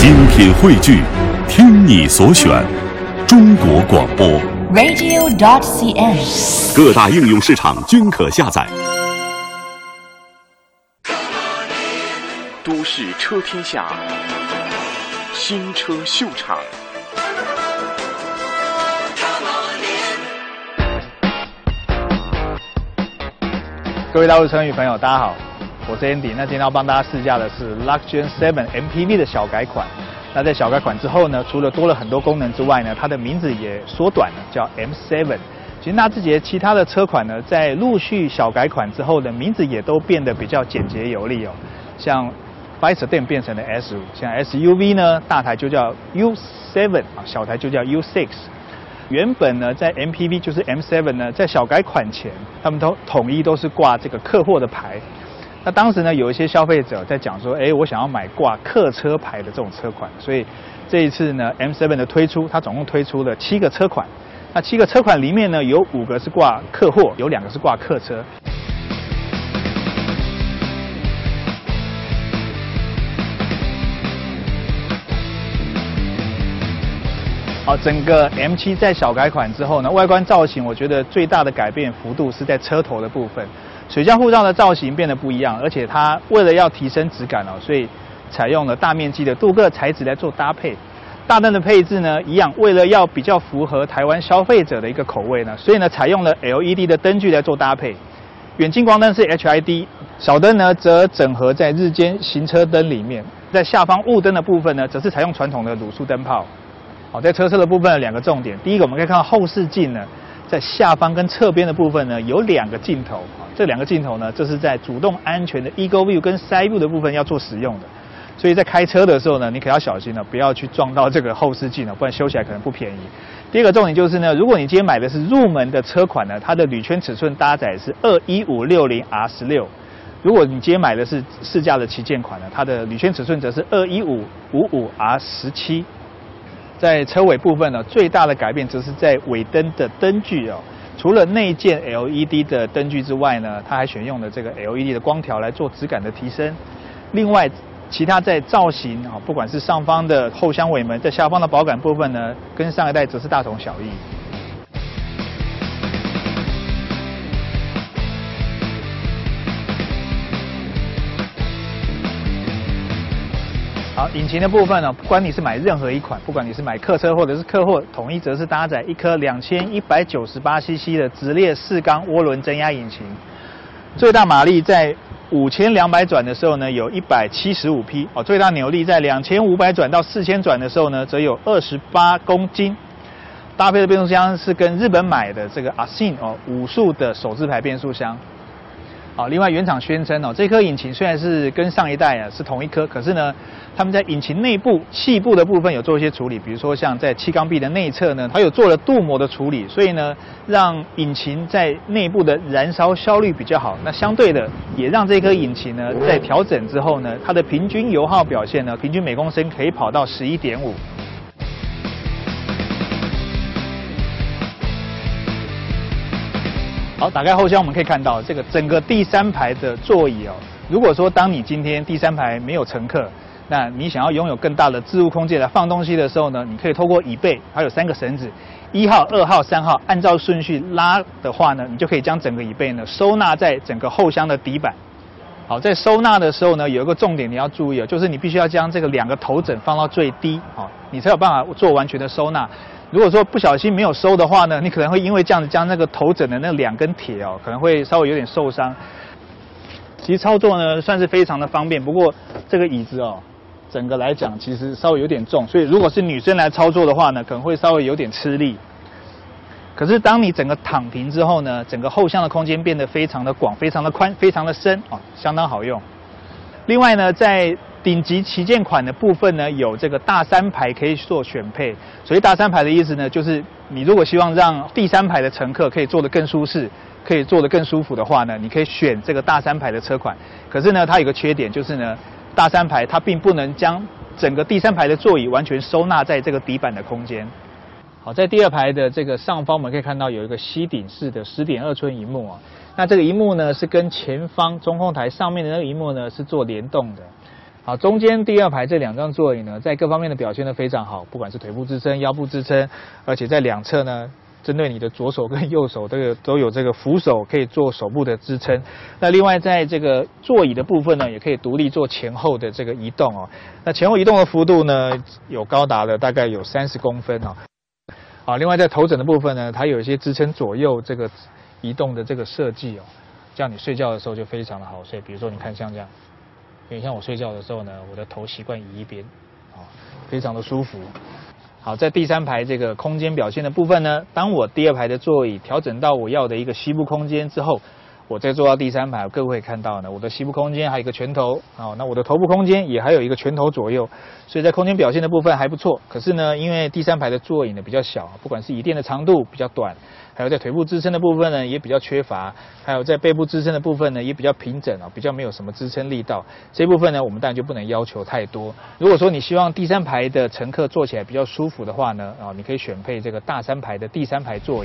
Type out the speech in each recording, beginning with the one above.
精品汇聚，听你所选，中国广播 radio.cn， 各大应用市场均可下载。 都市车天下，新车秀场。 各位大陆车迷朋友，大家好，我是 Andy。那今天要帮大家试驾的是 Luxgen 7 MPV 的小改款。那在小改款之后呢，除了多了很多功能之外呢，它的名字也缩短了，叫 M7。其实纳智捷其他的车款呢，在陆续小改款之后呢，名字也都变得比较简洁有力哦。像 Sedan 变成了 S5，像 SUV 呢，大台就叫 U7 啊，小台就叫 U6。原本呢，在 MPV 就是 M7 呢，在小改款前，他们都统一都是挂这个客货的牌。那当时呢，有一些消费者在讲说，我想要买挂客车牌的这种车款，所以这一次呢 ，M7 的推出，它总共推出了7个车款。那7个车款里面呢，有5个是挂客货，有2个是挂客车。好，整个 M7 在小改款之后呢，外观造型我觉得最大的改变幅度是在车头的部分。水箱护罩的造型变得不一样，而且它为了要提升质感哦，所以采用了大面积的镀铬材质来做搭配。大灯的配置呢，一样，为了要比较符合台湾消费者的一个口味呢，所以呢采用了 LED 的灯具来做搭配。远近光灯是 HID， 小灯呢则整合在日间行车灯里面。在下方雾灯的部分呢，则是采用传统的卤素灯泡。好，在车侧的部分有2个重点，第一个我们可以看到后视镜呢，在下方跟侧边的部分呢有2个镜头。这2个镜头呢，这是在主动安全的 Eagle View 跟 Side View 的部分要做使用的，所以在开车的时候呢，你可要小心了，不要去撞到这个后视镜了，不然修起来可能不便宜。第二个重点就是呢，如果你今天买的是入门的车款呢，它的铝圈尺寸搭载是21560R16，如果你今天买的是市价的旗舰款呢，它的铝圈尺寸则是21555R17。在车尾部分呢，最大的改变则是在尾灯的灯具哦。除了内建 LED 的灯具之外呢，它还选用了这个 LED 的光条来做质感的提升。另外，其他在造型啊，不管是上方的后箱尾门，在下方的保杆部分呢，跟上一代则是大同小异。好，引擎的部分呢，不管你是买任何一款，不管你是买客车或者是客货，统一则是搭载一颗2198cc 的直列4缸涡轮增压引擎，最大马力在5200转的时候呢，有175匹哦，最大扭力在2500转到4000转的时候呢，则有28公斤。搭配的变速箱是跟日本买的这个 Aisin 哦5速的手自排变速箱。好，另外原厂宣称哦，这颗引擎虽然是跟上一代啊是同一颗，可是呢，他们在引擎内部气部的部分有做一些处理，比如说像在气缸壁的内侧呢，它有做了镀膜的处理，所以呢，让引擎在内部的燃烧效率比较好。那相对的，也让这颗引擎呢，在调整之后呢，它的平均油耗表现呢，平均每公升可以跑到11.5。好，打开后箱我们可以看到，这个整个第3排的座椅哦。如果说当你今天第3排没有乘客，那你想要拥有更大的置物空间来放东西的时候呢，你可以透过椅背，还有3个绳子，1号、2号、3号，按照顺序拉的话呢，你就可以将整个椅背呢收纳在整个后箱的底板。好，在收纳的时候呢，有一个重点你要注意哦，就是你必须要将这个2个头枕放到最低，好，你才有办法做完全的收纳。如果说不小心没有收的话呢，你可能会因为这样子将那个头枕的那2根铁哦，可能会稍微有点受伤。其实操作呢算是非常的方便，不过这个椅子哦，整个来讲其实稍微有点重，所以如果是女生来操作的话呢，可能会稍微有点吃力。可是当你整个躺平之后呢，整个后箱的空间变得非常的广、非常的宽、非常的深哦，相当好用。另外呢，在顶级旗舰款的部分呢，有这个大3排可以做选配。所以大3排的意思呢，就是你如果希望让第3排的乘客可以坐得更舒适，可以坐得更舒服的话呢，你可以选这个大3排的车款。可是呢，它有个缺点，就是呢，大3排它并不能将整个第3排的座椅完全收纳在这个底板的空间。好，在第2排的这个上方，我们可以看到有一个吸顶式的10.2寸萤幕啊。那这个萤幕呢，是跟前方中控台上面的那个萤幕呢是做联动的。 好，中间第2排这2张座椅呢，在各方面的表现都非常好，不管是腿部支撑、腰部支撑，而且在两侧呢，针对你的左手跟右手都有这个扶手，可以做手部的支撑。那另外在这个座椅的部分呢，也可以独立做前后的这个移动哦。那前后移动的幅度呢，有高达了大概有30公分哦。好，另外在头枕的部分呢，它有一些支撑左右这个移动的这个设计哦，这样你睡觉的时候就非常的好睡。比如说你看像这样。因为像我睡觉的时候呢，我的头习惯移一边，非常的舒服。好，在第3排这个空间表现的部分呢，当我第2排的座椅调整到我要的一个膝部空间之后，我再坐到第3排，各位可以看到呢，我的膝部空间还有一个拳头，那我的头部空间也还有一个拳头左右，所以在空间表现的部分还不错。可是呢，因为第3排的座椅呢比较小，不管是椅垫的长度比较短，还有在腿部支撑的部分呢也比较缺乏，还有在背部支撑的部分呢也比较平整比较没有什么支撑力道。这部分呢，我们当然就不能要求太多。如果说你希望第3排的乘客坐起来比较舒服的话呢，你可以选配这个大3排的第3排座椅。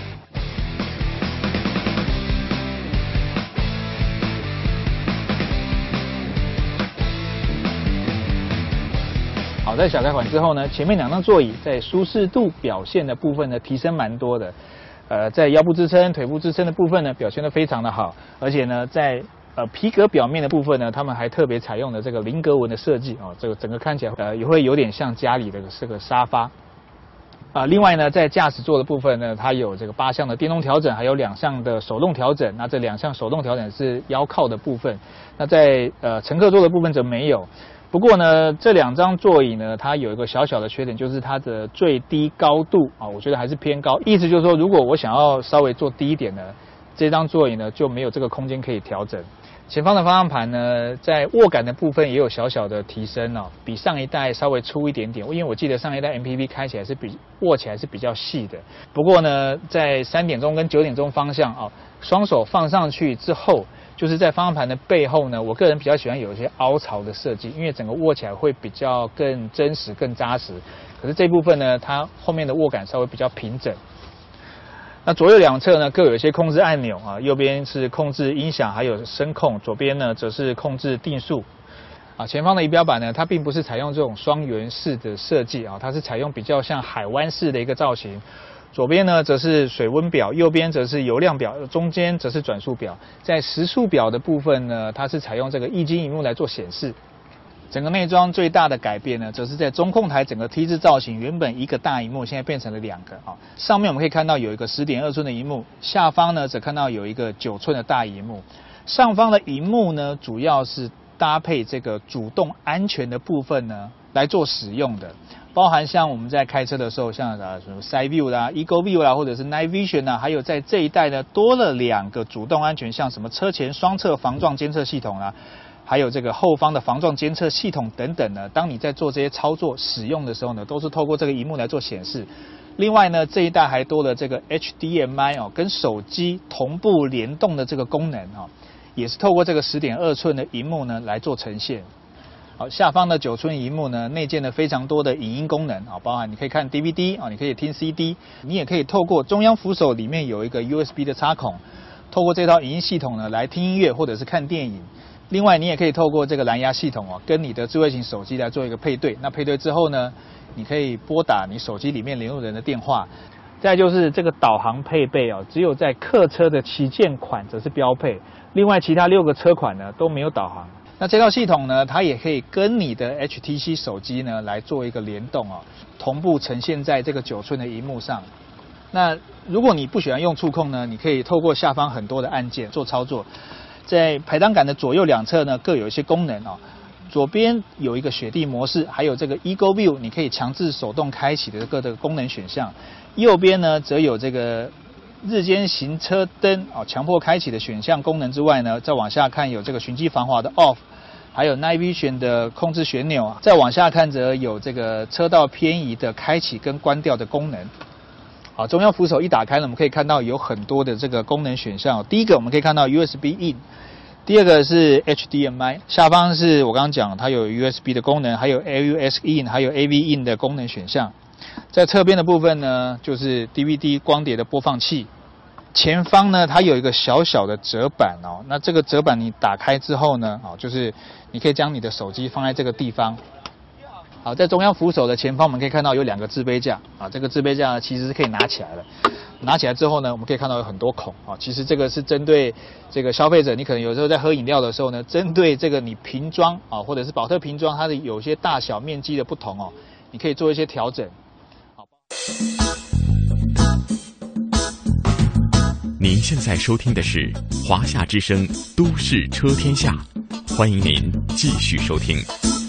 好，在小改款之后呢，前面2张座椅在舒适度表现的部分呢提升蛮多的。在腰部支撑、腿部支撑的部分呢，表现得非常的好，而且呢，在皮革表面的部分呢，他们还特别采用了这个菱格纹的设计这个整个看起来也会有点像家里的这个沙发。另外呢，在驾驶座的部分呢，它有这个8项的电动调整，还有2项的手动调整。那这2项手动调整是腰靠的部分，那在乘客座的部分则没有。不过呢，这2张座椅呢，它有一个小小的缺点，就是它的最低高度我觉得还是偏高。意思就是说，如果我想要稍微坐低一点呢，这张座椅呢就没有这个空间可以调整。前方的方向盘呢，在握感的部分也有小小的提升比上一代稍微粗一点点。因为我记得上一代 MPV 开起来握起来是比较细的。不过呢，在3点钟跟9点钟方向双手放上去之后，就是在方向盘的背后呢，我个人比较喜欢有一些凹槽的设计，因为整个握起来会比较更真实、更扎实。可是这部分呢，它后面的握感稍微比较平整。那左右2侧呢各有一些控制按钮右边是控制音响还有声控，左边呢则是控制定速。前方的仪表板呢，它并不是采用这种双圆式的设计它是采用比较像海湾式的一个造型。左边呢则是水温表，右边则是油量表，中间则是转速表。在时速表的部分呢，它是采用这个液晶萤幕来做显示。整个内装最大的改变呢，则是在中控台整个 T 字造型，原本一个大萤幕，现在变成了2个上面我们可以看到有一个10.2寸的萤幕，下方呢则看到有一个9寸的大萤幕。上方的萤幕呢，主要是搭配这个主动安全的部分呢来做使用的。包含像我们在开车的时候，像什么 Side View 啦、Eco View 啦，或者是 Night Vision 还有在这一代呢多了2个主动安全，像什么车前双侧防撞监测系统啦，还有这个后方的防撞监测系统等等呢。当你在做这些操作使用的时候呢，都是透过这个萤幕来做显示。另外呢，这一代还多了这个 HDMI 跟手机同步联动的这个功能也是透过这个10.2寸的萤幕呢来做呈现。好，下方的9寸萤幕呢，内建了非常多的影音功能包含你可以看 DVD 你可以听 CD， 你也可以透过中央扶手里面有一个 USB 的插孔，透过这套影音系统呢来听音乐或者是看电影。另外，你也可以透过这个蓝牙系统跟你的智慧型手机来做一个配对。那配对之后呢，你可以拨打你手机里面联络人的电话。再来就是这个导航配备只有在客车的旗舰款则是标配，另外其他6个车款呢都没有导航。那这套系统呢，它也可以跟你的 HTC 手机呢来做一个联动同步呈现在这个9寸的萤幕上。那如果你不喜欢用触控呢，你可以透过下方很多的按键做操作。在排挡杆的左右2侧呢，各有一些功能左边有一个雪地模式，还有这个 Eco View， 你可以强制手动开启的各个功能选项。右边呢，则有这个日间行车灯强迫开启的选项功能之外呢，再往下看有这个循迹防滑的 Off， 还有 Night Vision 的控制旋钮。再往下看则有这个车道偏移的开启跟关掉的功能。好，中央扶手一打开呢，我们可以看到有很多的这个功能选项。第一个我们可以看到 USB in， 第二个是 HDMI， 下方是我刚刚讲它有 USB 的功能，还有 AUX in， 还有 AV in 的功能选项。在侧边的部分呢，就是 DVD 光碟的播放器。 前方呢，它有一个小小的折板哦。那这个折板你打开之后呢，就是你可以将你的手机放在这个地方。好，在中央扶手的前方，我们可以看到有2个置杯架啊。这个置杯架呢，其实是可以拿起来的。拿起来之后呢，我们可以看到有很多孔啊。其实这个是针对这个消费者，你可能有时候在喝饮料的时候呢，针对这个你瓶装啊，或者是宝特瓶装，它的有些大小面积的不同哦，你可以做一些调整。好。 您现在收听的是华夏之声《都市车天下》，欢迎您继续收听。